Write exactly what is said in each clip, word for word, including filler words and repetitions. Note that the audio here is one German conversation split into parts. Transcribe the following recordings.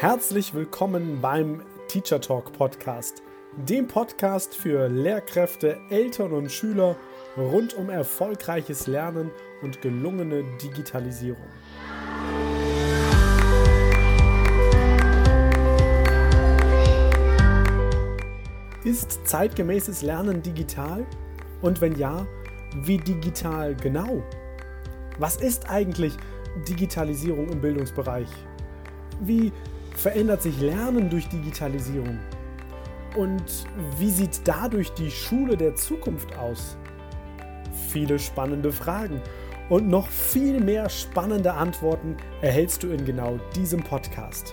Herzlich willkommen beim Teacher Talk Podcast, dem Podcast für Lehrkräfte, Eltern und Schüler rund um erfolgreiches Lernen und gelungene Digitalisierung. Ist zeitgemäßes Lernen digital? Und wenn ja, wie digital genau? Was ist eigentlich Digitalisierung im Bildungsbereich? Wie verändert sich Lernen durch Digitalisierung? Und wie sieht dadurch die Schule der Zukunft aus? Viele spannende Fragen und noch viel mehr spannende Antworten erhältst du in genau diesem Podcast.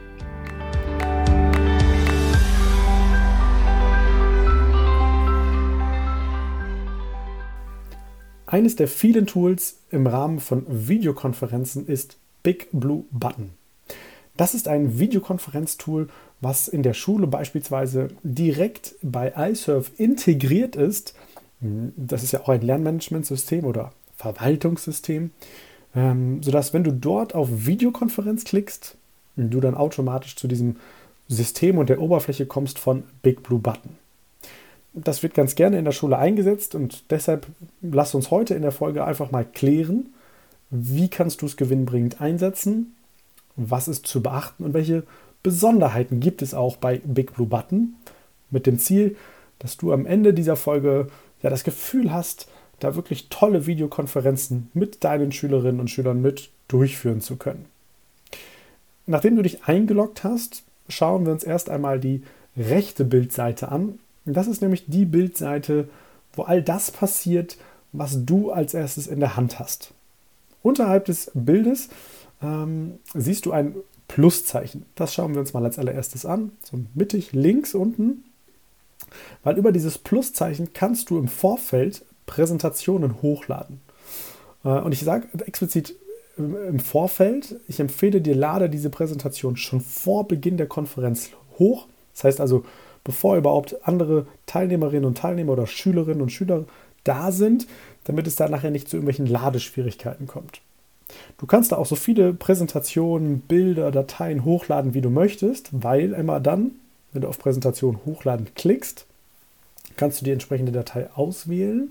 Eines der vielen Tools im Rahmen von Videokonferenzen ist Big Blue Button. Das ist ein Videokonferenztool, was in der Schule beispielsweise direkt bei iServe integriert ist. Das ist ja auch ein Lernmanagementsystem oder Verwaltungssystem, sodass, wenn du dort auf Videokonferenz klickst, du dann automatisch zu diesem System und der Oberfläche kommst von Big Blue Button. Das wird ganz gerne in der Schule eingesetzt und deshalb lass uns heute in der Folge einfach mal klären, wie kannst du es gewinnbringend einsetzen, was ist zu beachten und welche Besonderheiten gibt es auch bei Big Blue Button, mit dem Ziel, dass du am Ende dieser Folge ja das Gefühl hast, da wirklich tolle Videokonferenzen mit deinen Schülerinnen und Schülern mit durchführen zu können. Nachdem du dich eingeloggt hast, schauen wir uns erst einmal die rechte Bildseite an. Das ist nämlich die Bildseite, wo all das passiert, was du als erstes in der Hand hast. Unterhalb des Bildes ähm, siehst du ein Pluszeichen. Das schauen wir uns mal als allererstes an. So mittig links unten. Weil über dieses Pluszeichen kannst du im Vorfeld Präsentationen hochladen. Äh, und ich sage explizit im Vorfeld, ich empfehle dir, lade diese Präsentation schon vor Beginn der Konferenz hoch. Das heißt also, bevor überhaupt andere Teilnehmerinnen und Teilnehmer oder Schülerinnen und Schüler da sind, damit es da nachher nicht zu irgendwelchen Ladeschwierigkeiten kommt. Du kannst da auch so viele Präsentationen, Bilder, Dateien hochladen, wie du möchtest, weil immer dann, wenn du auf Präsentation hochladen klickst, kannst du die entsprechende Datei auswählen.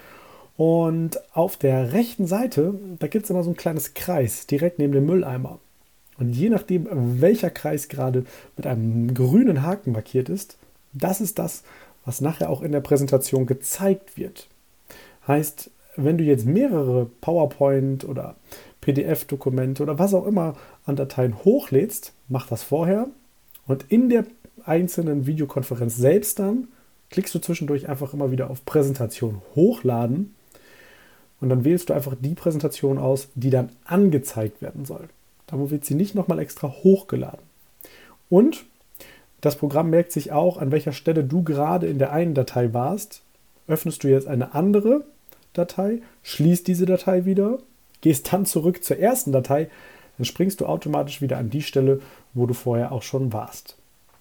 Und auf der rechten Seite, da gibt es immer so ein kleines Kreis direkt neben dem Mülleimer. Und je nachdem, welcher Kreis gerade mit einem grünen Haken markiert ist, das ist das, was nachher auch in der Präsentation gezeigt wird. Heißt, wenn du jetzt mehrere PowerPoint oder P D F-Dokumente oder was auch immer an Dateien hochlädst, mach das vorher und in der einzelnen Videokonferenz selbst dann klickst du zwischendurch einfach immer wieder auf Präsentation hochladen und dann wählst du einfach die Präsentation aus, die dann angezeigt werden soll. Da wird sie nicht nochmal extra hochgeladen. Und das Programm merkt sich auch, an welcher Stelle du gerade in der einen Datei warst. Öffnest du jetzt eine andere Datei, schließt diese Datei wieder, gehst dann zurück zur ersten Datei, dann springst du automatisch wieder an die Stelle, wo du vorher auch schon warst.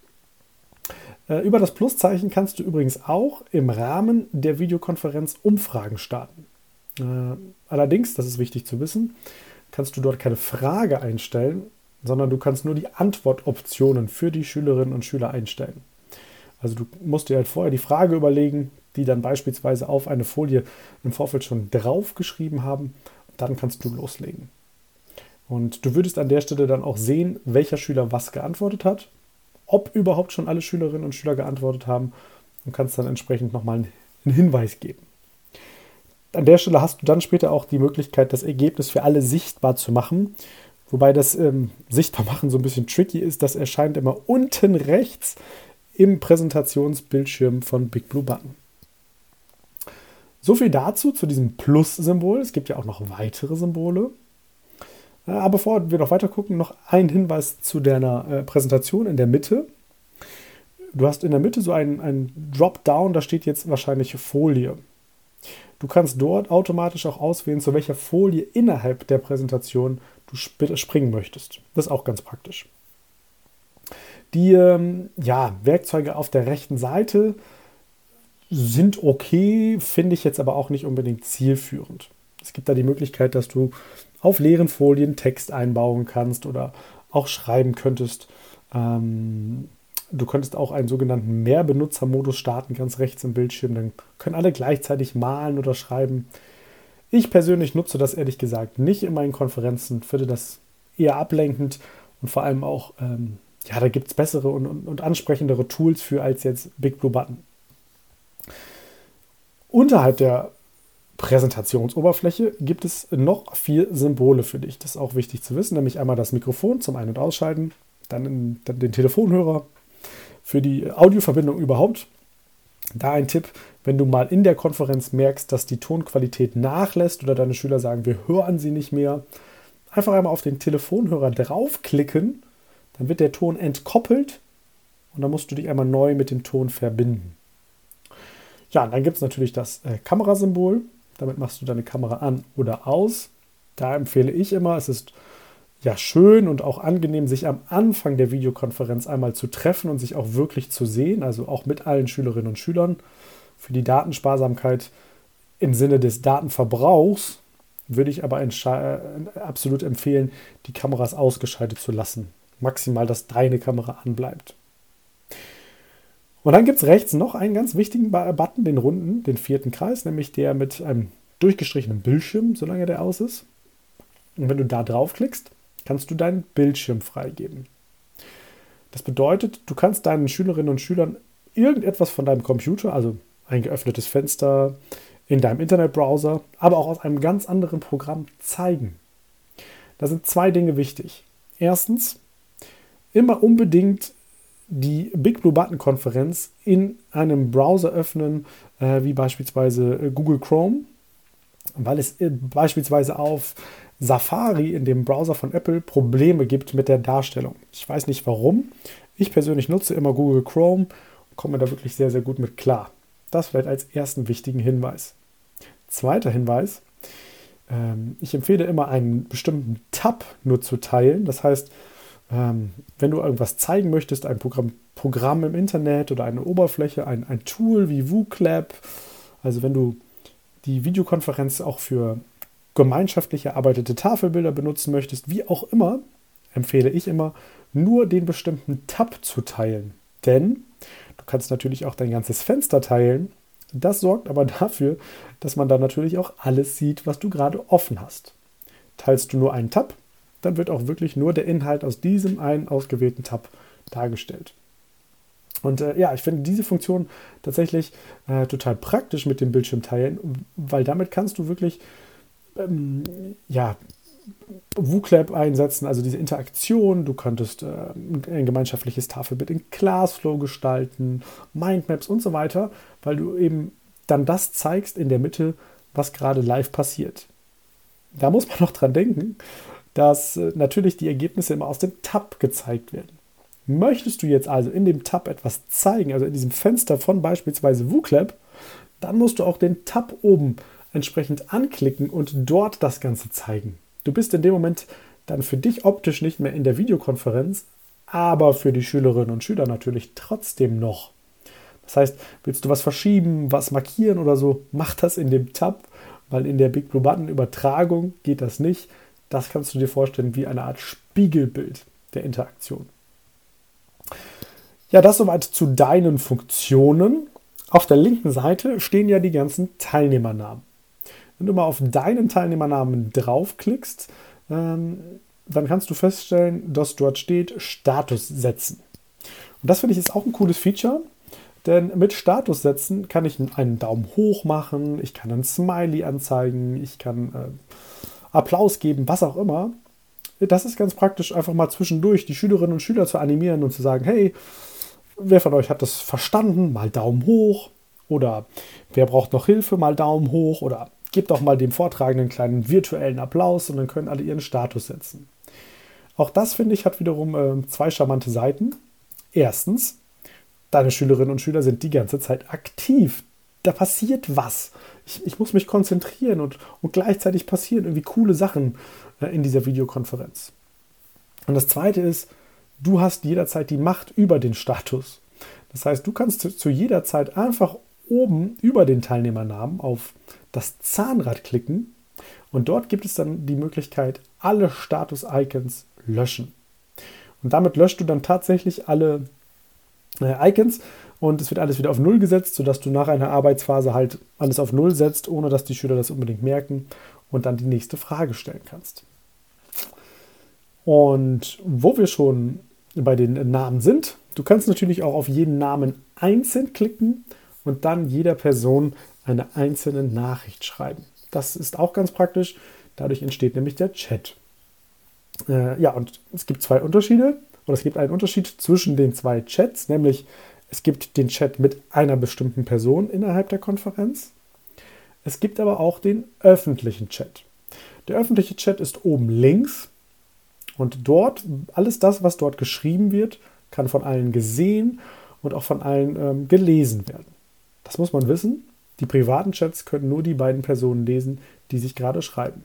Äh, über das Pluszeichen kannst du übrigens auch im Rahmen der Videokonferenz Umfragen starten. Äh, allerdings, das ist wichtig zu wissen, kannst du dort keine Frage einstellen, sondern du kannst nur die Antwortoptionen für die Schülerinnen und Schüler einstellen. Also du musst dir halt vorher die Frage überlegen, die dann beispielsweise auf eine Folie im Vorfeld schon draufgeschrieben haben. Dann kannst du loslegen. Und du würdest an der Stelle dann auch sehen, welcher Schüler was geantwortet hat, ob überhaupt schon alle Schülerinnen und Schüler geantwortet haben und kannst dann entsprechend nochmal einen Hinweis geben. An der Stelle hast du dann später auch die Möglichkeit, das Ergebnis für alle sichtbar zu machen. Wobei das ähm, Sichtbarmachen so ein bisschen tricky ist. Das erscheint immer unten rechts im Präsentationsbildschirm von Big Blue Button. So viel dazu, zu diesem Plus-Symbol. Es gibt ja auch noch weitere Symbole. Aber bevor wir noch weiter gucken, noch ein Hinweis zu deiner äh, Präsentation in der Mitte. Du hast in der Mitte so einen, einen Dropdown, da steht jetzt wahrscheinlich Folie. Du kannst dort automatisch auch auswählen, zu welcher Folie innerhalb der Präsentation du sp- springen möchtest. Das ist auch ganz praktisch. Die ähm, ja, Werkzeuge auf der rechten Seite sind okay, finde ich jetzt aber auch nicht unbedingt zielführend. Es gibt da die Möglichkeit, dass du auf leeren Folien Text einbauen kannst oder auch schreiben könntest. Ähm, du könntest auch einen sogenannten Mehrbenutzermodus starten, ganz rechts im Bildschirm. Dann können alle gleichzeitig malen oder schreiben. Ich persönlich nutze das ehrlich gesagt nicht in meinen Konferenzen, finde das eher ablenkend und vor allem auch, ähm, ja, da gibt es bessere und, und, und ansprechendere Tools für als jetzt Big Blue Button. Unterhalb der Präsentationsoberfläche gibt es noch vier Symbole für dich. Das ist auch wichtig zu wissen, nämlich einmal das Mikrofon zum Ein- und Ausschalten, dann, in, dann den Telefonhörer für die Audioverbindung überhaupt. Da ein Tipp, wenn du mal in der Konferenz merkst, dass die Tonqualität nachlässt oder deine Schüler sagen, wir hören sie nicht mehr, einfach einmal auf den Telefonhörer draufklicken, dann wird der Ton entkoppelt und dann musst du dich einmal neu mit dem Ton verbinden. Ja, und dann gibt es natürlich das äh, Kamerasymbol. Damit machst du deine Kamera an oder aus. Da empfehle ich immer, es ist ja schön und auch angenehm, sich am Anfang der Videokonferenz einmal zu treffen und sich auch wirklich zu sehen, also auch mit allen Schülerinnen und Schülern. Für die Datensparsamkeit im Sinne des Datenverbrauchs würde ich aber äh, absolut empfehlen, die Kameras ausgeschaltet zu lassen. Maximal, dass deine Kamera anbleibt. Und dann gibt es rechts noch einen ganz wichtigen Button, den runden, den vierten Kreis, nämlich der mit einem durchgestrichenen Bildschirm, solange der aus ist. Und wenn du da draufklickst, kannst du deinen Bildschirm freigeben. Das bedeutet, du kannst deinen Schülerinnen und Schülern irgendetwas von deinem Computer, also ein geöffnetes Fenster in deinem Internetbrowser, aber auch aus einem ganz anderen Programm zeigen. Da sind zwei Dinge wichtig. Erstens, immer unbedingt die Big Blue Button Konferenz in einem Browser öffnen, äh, wie beispielsweise äh, Google Chrome, weil es äh, beispielsweise auf Safari in dem Browser von Apple Probleme gibt mit der Darstellung. Ich weiß nicht warum. Ich persönlich nutze immer Google Chrome und komme da wirklich sehr, sehr gut mit klar. Das vielleicht als ersten wichtigen Hinweis. Zweiter Hinweis. Ähm, ich empfehle immer, einen bestimmten Tab nur zu teilen. Das heißt, Ähm, wenn du irgendwas zeigen möchtest, ein Programm, Programm im Internet oder eine Oberfläche, ein, ein Tool wie WooClap, also wenn du die Videokonferenz auch für gemeinschaftlich erarbeitete Tafelbilder benutzen möchtest, wie auch immer, empfehle ich immer, nur den bestimmten Tab zu teilen. Denn du kannst natürlich auch dein ganzes Fenster teilen. Das sorgt aber dafür, dass man dann natürlich auch alles sieht, was du gerade offen hast. Teilst du nur einen Tab, dann wird auch wirklich nur der Inhalt aus diesem einen ausgewählten Tab dargestellt. Und äh, ja, ich finde diese Funktion tatsächlich äh, total praktisch mit dem Bildschirm teilen, weil damit kannst du wirklich ähm, ja, WooClap einsetzen, also diese Interaktion. Du könntest äh, ein gemeinschaftliches Tafelbild in Classflow gestalten, Mindmaps und so weiter, weil du eben dann das zeigst in der Mitte, was gerade live passiert. Da muss man noch dran denken, dass äh, natürlich die Ergebnisse immer aus dem Tab gezeigt werden. Möchtest du jetzt also in dem Tab etwas zeigen, also in diesem Fenster von beispielsweise WooClap, dann musst du auch den Tab oben entsprechend anklicken und dort das Ganze zeigen. Du bist in dem Moment dann für dich optisch nicht mehr in der Videokonferenz, aber für die Schülerinnen und Schüler natürlich trotzdem noch. Das heißt, willst du was verschieben, was markieren oder so, mach das in dem Tab, weil in der Big Blue Button Übertragung geht das nicht. Das kannst du dir vorstellen wie eine Art Spiegelbild der Interaktion. Ja, das soweit zu deinen Funktionen. Auf der linken Seite stehen ja die ganzen Teilnehmernamen. Wenn du mal auf deinen Teilnehmernamen draufklickst, ähm, dann kannst du feststellen, dass dort steht Status setzen. Und das finde ich ist auch ein cooles Feature, denn mit Status setzen kann ich einen Daumen hoch machen, ich kann ein Smiley anzeigen, ich kann äh, Applaus geben, was auch immer. Das ist ganz praktisch, einfach mal zwischendurch die Schülerinnen und Schüler zu animieren und zu sagen, hey, wer von euch hat das verstanden? Mal Daumen hoch. Oder wer braucht noch Hilfe? Mal Daumen hoch. Oder gebt auch mal dem Vortragenden einen kleinen virtuellen Applaus und dann können alle ihren Status setzen. Auch das, finde ich, hat wiederum äh, zwei charmante Seiten. Erstens, deine Schülerinnen und Schüler sind die ganze Zeit aktiv. Da passiert was. Ich, ich muss mich konzentrieren und, und gleichzeitig passieren irgendwie coole Sachen äh, in dieser Videokonferenz. Und das Zweite ist, du hast jederzeit die Macht über den Status. Das heißt, du kannst zu, zu jeder Zeit einfach oben über den Teilnehmernamen auf das Zahnrad klicken und dort gibt es dann die Möglichkeit, alle Status-Icons löschen. Und damit löscht du dann tatsächlich alle äh, Icons und es wird alles wieder auf Null gesetzt, sodass du nach einer Arbeitsphase halt alles auf Null setzt, ohne dass die Schüler das unbedingt merken und dann die nächste Frage stellen kannst. Und wo wir schon bei den Namen sind, du kannst natürlich auch auf jeden Namen einzeln klicken und dann jeder Person eine einzelne Nachricht schreiben. Das ist auch ganz praktisch, dadurch entsteht nämlich der Chat. Äh, ja, und es gibt zwei Unterschiede, oder es gibt einen Unterschied zwischen den zwei Chats, nämlich es gibt den Chat mit einer bestimmten Person innerhalb der Konferenz. Es gibt aber auch den öffentlichen Chat. Der öffentliche Chat ist oben links und dort, alles das, was dort geschrieben wird, kann von allen gesehen und auch von allen ähm, gelesen werden. Das muss man wissen. Die privaten Chats können nur die beiden Personen lesen, die sich gerade schreiben.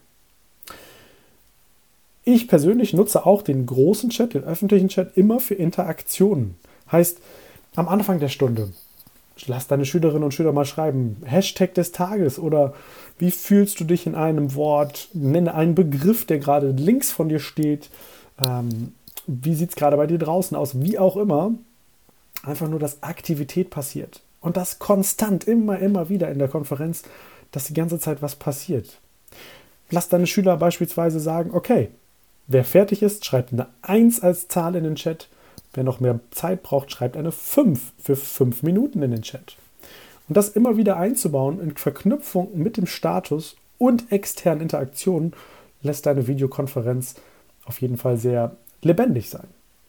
Ich persönlich nutze auch den großen Chat, den öffentlichen Chat, immer für Interaktionen. Heißt, am Anfang der Stunde, lass deine Schülerinnen und Schüler mal schreiben, Hashtag des Tages oder wie fühlst du dich in einem Wort, nenne einen Begriff, der gerade links von dir steht, ähm, wie sieht es gerade bei dir draußen aus, wie auch immer. Einfach nur, dass Aktivität passiert. Und das konstant, immer, immer wieder in der Konferenz, dass die ganze Zeit was passiert. Lass deine Schüler beispielsweise sagen, okay, wer fertig ist, schreibt eine eins als Zahl in den Chat. Wer noch mehr Zeit braucht, schreibt eine fünf für fünf Minuten in den Chat. Und das immer wieder einzubauen in Verknüpfung mit dem Status und externen Interaktionen, lässt deine Videokonferenz auf jeden Fall sehr lebendig sein.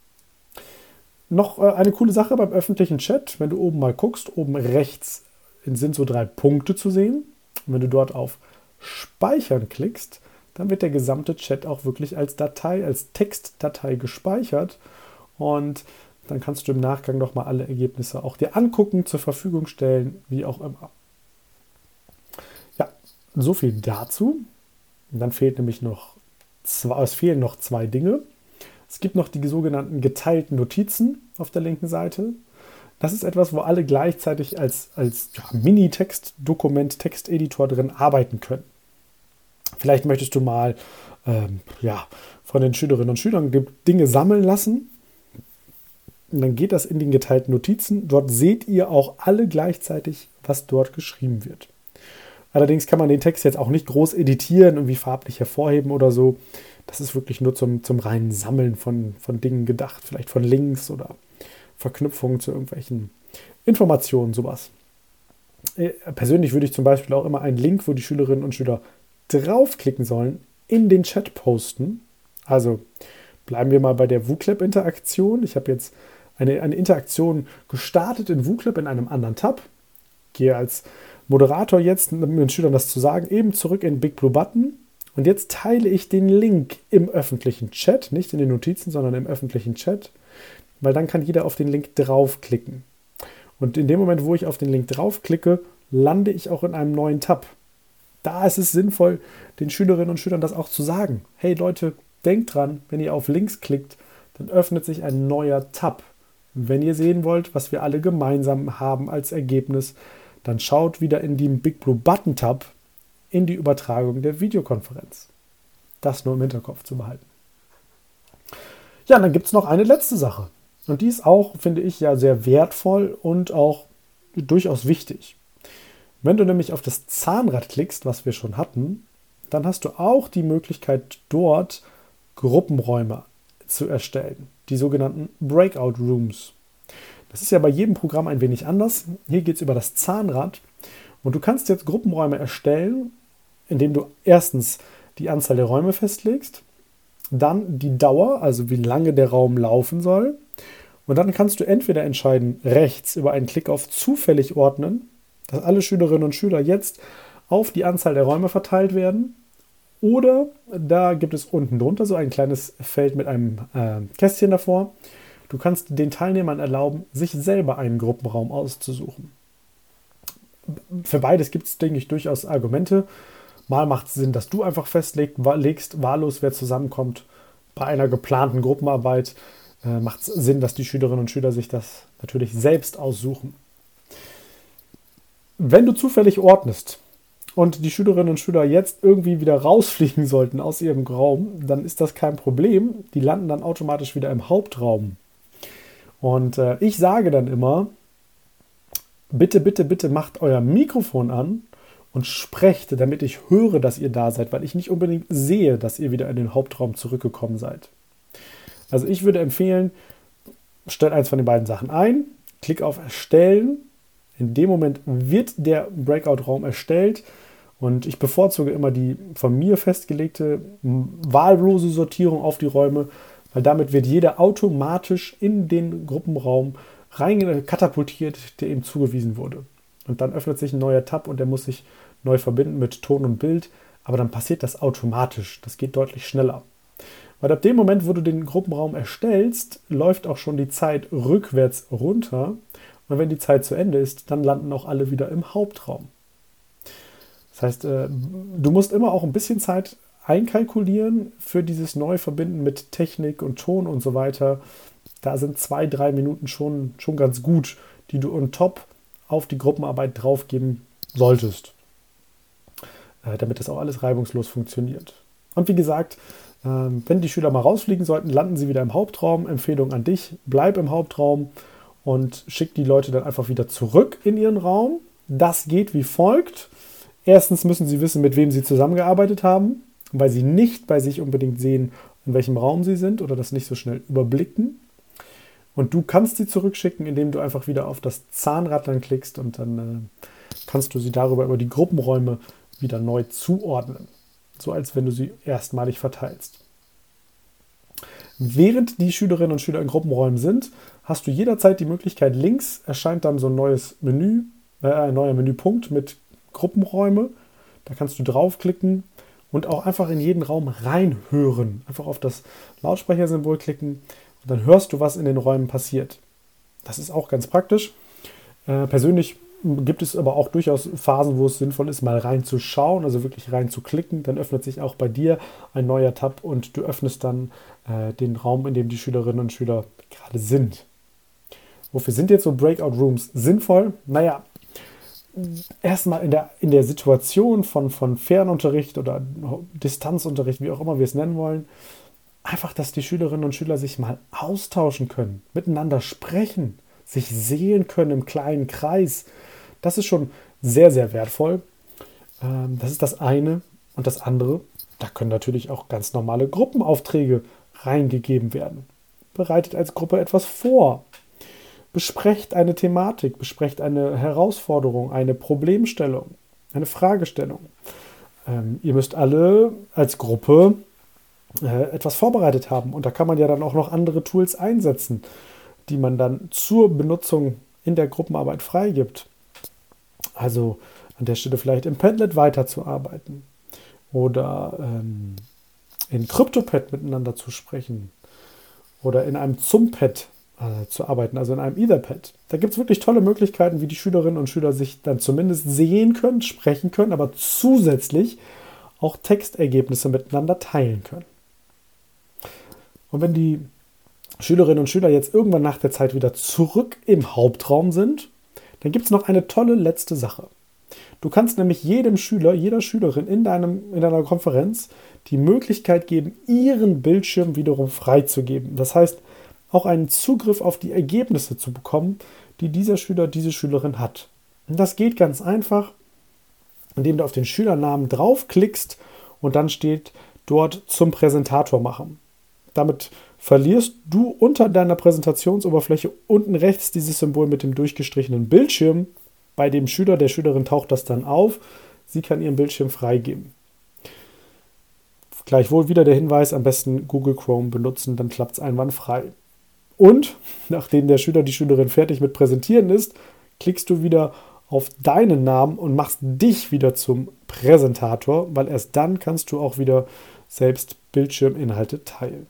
Noch eine coole Sache beim öffentlichen Chat, wenn du oben mal guckst, oben rechts sind so drei Punkte zu sehen. Und wenn du dort auf Speichern klickst, dann wird der gesamte Chat auch wirklich als Datei, als Textdatei gespeichert. Und dann kannst du im Nachgang nochmal alle Ergebnisse auch dir angucken, zur Verfügung stellen, wie auch immer. Ja, so viel dazu. Und dann fehlt nämlich noch zwei, es fehlen noch zwei Dinge. Es gibt noch die sogenannten geteilten Notizen auf der linken Seite. Das ist etwas, wo alle gleichzeitig als, als ja, Mini-Text-Dokument, Texteditor drin arbeiten können. Vielleicht möchtest du mal ähm, ja, von den Schülerinnen und Schülern Dinge sammeln lassen. Und dann geht das in den geteilten Notizen. Dort seht ihr auch alle gleichzeitig, was dort geschrieben wird. Allerdings kann man den Text jetzt auch nicht groß editieren, irgendwie farblich hervorheben oder so. Das ist wirklich nur zum, zum reinen Sammeln von, von Dingen gedacht. Vielleicht von Links oder Verknüpfungen zu irgendwelchen Informationen, sowas. Persönlich würde ich zum Beispiel auch immer einen Link, wo die Schülerinnen und Schüler draufklicken sollen, in den Chat posten. Also bleiben wir mal bei der WooClap-Interaktion. Ich habe jetzt eine, eine Interaktion gestartet in WooClap in einem anderen Tab. Gehe als Moderator jetzt, um den Schülern das zu sagen, eben zurück in Big Blue Button. Und jetzt teile ich den Link im öffentlichen Chat, nicht in den Notizen, sondern im öffentlichen Chat, weil dann kann jeder auf den Link draufklicken. Und in dem Moment, wo ich auf den Link draufklicke, lande ich auch in einem neuen Tab. Da ist es sinnvoll, den Schülerinnen und Schülern das auch zu sagen. Hey Leute, denkt dran, wenn ihr auf Links klickt, dann öffnet sich ein neuer Tab. Und wenn ihr sehen wollt, was wir alle gemeinsam haben als Ergebnis, dann schaut wieder in den Big Blue Button Tab in die Übertragung der Videokonferenz. Das nur im Hinterkopf zu behalten. Ja, und dann gibt es noch eine letzte Sache. Und die ist auch, finde ich, ja sehr wertvoll und auch durchaus wichtig. Wenn du nämlich auf das Zahnrad klickst, was wir schon hatten, dann hast du auch die Möglichkeit, dort Gruppenräume zu erstellen. Die sogenannten Breakout Rooms. Das ist ja bei jedem Programm ein wenig anders. Hier geht es über das Zahnrad. Und du kannst jetzt Gruppenräume erstellen, indem du erstens die Anzahl der Räume festlegst, dann die Dauer, also wie lange der Raum laufen soll. Und dann kannst du entweder entscheiden, rechts über einen Klick auf zufällig ordnen, dass alle Schülerinnen und Schüler jetzt auf die Anzahl der Räume verteilt werden. Oder da gibt es unten drunter so ein kleines Feld mit einem äh, Kästchen davor. Du kannst den Teilnehmern erlauben, sich selber einen Gruppenraum auszusuchen. Für beides gibt es, denke ich, durchaus Argumente. Mal macht es Sinn, dass du einfach festlegst, wahllos, wer zusammenkommt. Bei einer geplanten Gruppenarbeit äh, macht es Sinn, dass die Schülerinnen und Schüler sich das natürlich selbst aussuchen. Wenn du zufällig ordnest und die Schülerinnen und Schüler jetzt irgendwie wieder rausfliegen sollten aus ihrem Raum, dann ist das kein Problem. Die landen dann automatisch wieder im Hauptraum. Und äh, ich sage dann immer, bitte, bitte, bitte macht euer Mikrofon an und sprecht, damit ich höre, dass ihr da seid, weil ich nicht unbedingt sehe, dass ihr wieder in den Hauptraum zurückgekommen seid. Also ich würde empfehlen, stellt eins von den beiden Sachen ein, klick auf Erstellen. In dem Moment wird der Breakout-Raum erstellt und ich bevorzuge immer die von mir festgelegte wahllose Sortierung auf die Räume, weil damit wird jeder automatisch in den Gruppenraum rein katapultiert, der ihm zugewiesen wurde. Und dann öffnet sich ein neuer Tab und der muss sich neu verbinden mit Ton und Bild, aber dann passiert das automatisch. Das geht deutlich schneller. Weil ab dem Moment, wo du den Gruppenraum erstellst, läuft auch schon die Zeit rückwärts runter. Und wenn die Zeit zu Ende ist, dann landen auch alle wieder im Hauptraum. Das heißt, du musst immer auch ein bisschen Zeit einkalkulieren für dieses Neuverbinden mit Technik und Ton und so weiter. Da sind zwei, drei Minuten schon, schon ganz gut, die du on top auf die Gruppenarbeit draufgeben solltest, damit das auch alles reibungslos funktioniert. Und wie gesagt, wenn die Schüler mal rausfliegen sollten, landen sie wieder im Hauptraum. Empfehlung an dich, bleib im Hauptraum und schick die Leute dann einfach wieder zurück in ihren Raum. Das geht wie folgt. Erstens müssen sie wissen, mit wem sie zusammengearbeitet haben, weil sie nicht bei sich unbedingt sehen, in welchem Raum sie sind oder das nicht so schnell überblicken. Und du kannst sie zurückschicken, indem du einfach wieder auf das Zahnrad dann klickst und dann äh, kannst du sie darüber über die Gruppenräume wieder neu zuordnen. So als wenn du sie erstmalig verteilst. Während die Schülerinnen und Schüler in Gruppenräumen sind, hast du jederzeit die Möglichkeit, links erscheint dann so ein neues Menü, äh, ein neuer Menüpunkt mit Gruppenräume. Da kannst du draufklicken und auch einfach in jeden Raum reinhören. Einfach auf das Lautsprechersymbol klicken und dann hörst du, was in den Räumen passiert. Das ist auch ganz praktisch. Äh, persönlich gibt es aber auch durchaus Phasen, wo es sinnvoll ist, mal reinzuschauen, also wirklich reinzuklicken. Dann öffnet sich auch bei dir ein neuer Tab und du öffnest dann äh, den Raum, in dem die Schülerinnen und Schüler gerade sind. Wofür sind jetzt so Breakout Rooms sinnvoll? Naja, erstmal in der, in der Situation von, von Fernunterricht oder Distanzunterricht, wie auch immer wir es nennen wollen, einfach, dass die Schülerinnen und Schüler sich mal austauschen können, miteinander sprechen, sich sehen können im kleinen Kreis. Das ist schon sehr, sehr wertvoll. Das ist das eine. Und das andere, da können natürlich auch ganz normale Gruppenaufträge reingegeben werden. Bereitet als Gruppe etwas vor. Besprecht eine Thematik, besprecht eine Herausforderung, eine Problemstellung, eine Fragestellung. Ähm, ihr müsst alle als Gruppe äh, etwas vorbereitet haben. Und da kann man ja dann auch noch andere Tools einsetzen, die man dann zur Benutzung in der Gruppenarbeit freigibt. Also an der Stelle vielleicht im Padlet weiterzuarbeiten oder ähm, in CryptoPad miteinander zu sprechen oder in einem ZUMPad äh, zu arbeiten, also in einem Etherpad. Da gibt es wirklich tolle Möglichkeiten, wie die Schülerinnen und Schüler sich dann zumindest sehen können, sprechen können, aber zusätzlich auch Textergebnisse miteinander teilen können. Und wenn die Schülerinnen und Schüler jetzt irgendwann nach der Zeit wieder zurück im Hauptraum sind, dann gibt es noch eine tolle letzte Sache. Du kannst nämlich jedem Schüler, jeder Schülerin in, deinem, in deiner Konferenz die Möglichkeit geben, ihren Bildschirm wiederum freizugeben. Das heißt, auch einen Zugriff auf die Ergebnisse zu bekommen, die dieser Schüler, diese Schülerin hat. Und das geht ganz einfach, indem du auf den Schülernamen draufklickst und dann steht dort zum Präsentator machen. Damit verlierst du unter deiner Präsentationsoberfläche unten rechts dieses Symbol mit dem durchgestrichenen Bildschirm. Bei dem Schüler, der Schülerin taucht das dann auf. Sie kann ihren Bildschirm freigeben. Gleichwohl wieder der Hinweis, am besten Google Chrome benutzen, dann klappt es einwandfrei. Und nachdem der Schüler, die Schülerin fertig mit Präsentieren ist, klickst du wieder auf deinen Namen und machst dich wieder zum Präsentator, weil erst dann kannst du auch wieder selbst Bildschirminhalte teilen.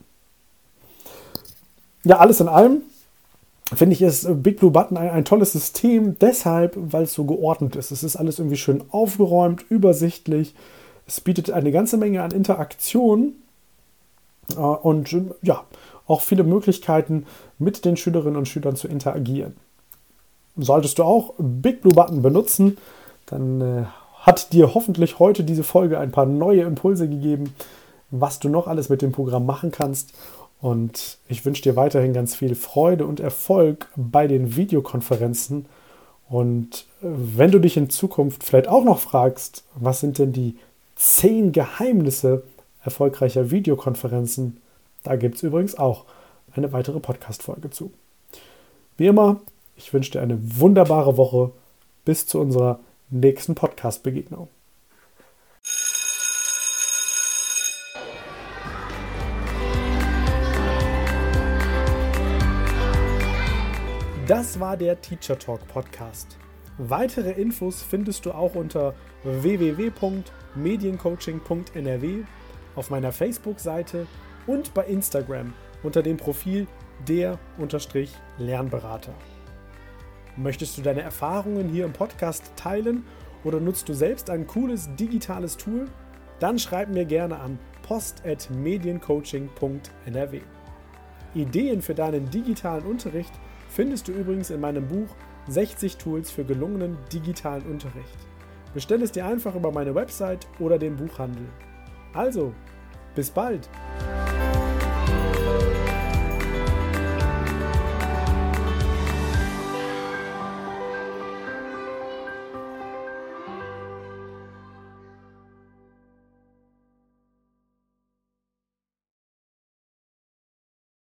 Ja, alles in allem finde ich, ist Big Blue Button ein, ein tolles System, deshalb, weil es so geordnet ist. Es ist alles irgendwie schön aufgeräumt, übersichtlich. Es bietet eine ganze Menge an Interaktion äh, und äh, ja, auch viele Möglichkeiten, mit den Schülerinnen und Schülern zu interagieren. Solltest du auch Big Blue Button benutzen, dann äh, hat dir hoffentlich heute diese Folge ein paar neue Impulse gegeben, was du noch alles mit dem Programm machen kannst. Und ich wünsche dir weiterhin ganz viel Freude und Erfolg bei den Videokonferenzen. Und wenn du dich in Zukunft vielleicht auch noch fragst, was sind denn die zehn Geheimnisse erfolgreicher Videokonferenzen, da gibt es übrigens auch eine weitere Podcast-Folge zu. Wie immer, ich wünsche dir eine wunderbare Woche. Bis zu unserer nächsten Podcast-Begegnung. Das war der Teacher Talk Podcast. Weitere Infos findest du auch unter w w w punkt mediencoaching punkt n r w, auf meiner Facebook-Seite und bei Instagram unter dem Profil der-Lernberater. Möchtest du deine Erfahrungen hier im Podcast teilen oder nutzt du selbst ein cooles digitales Tool? Dann schreib mir gerne an post at mediencoaching punkt n r w. Ideen für deinen digitalen Unterricht findest du übrigens in meinem Buch sechzig Tools für gelungenen digitalen Unterricht. Bestell es dir einfach über meine Website oder den Buchhandel. Also, bis bald!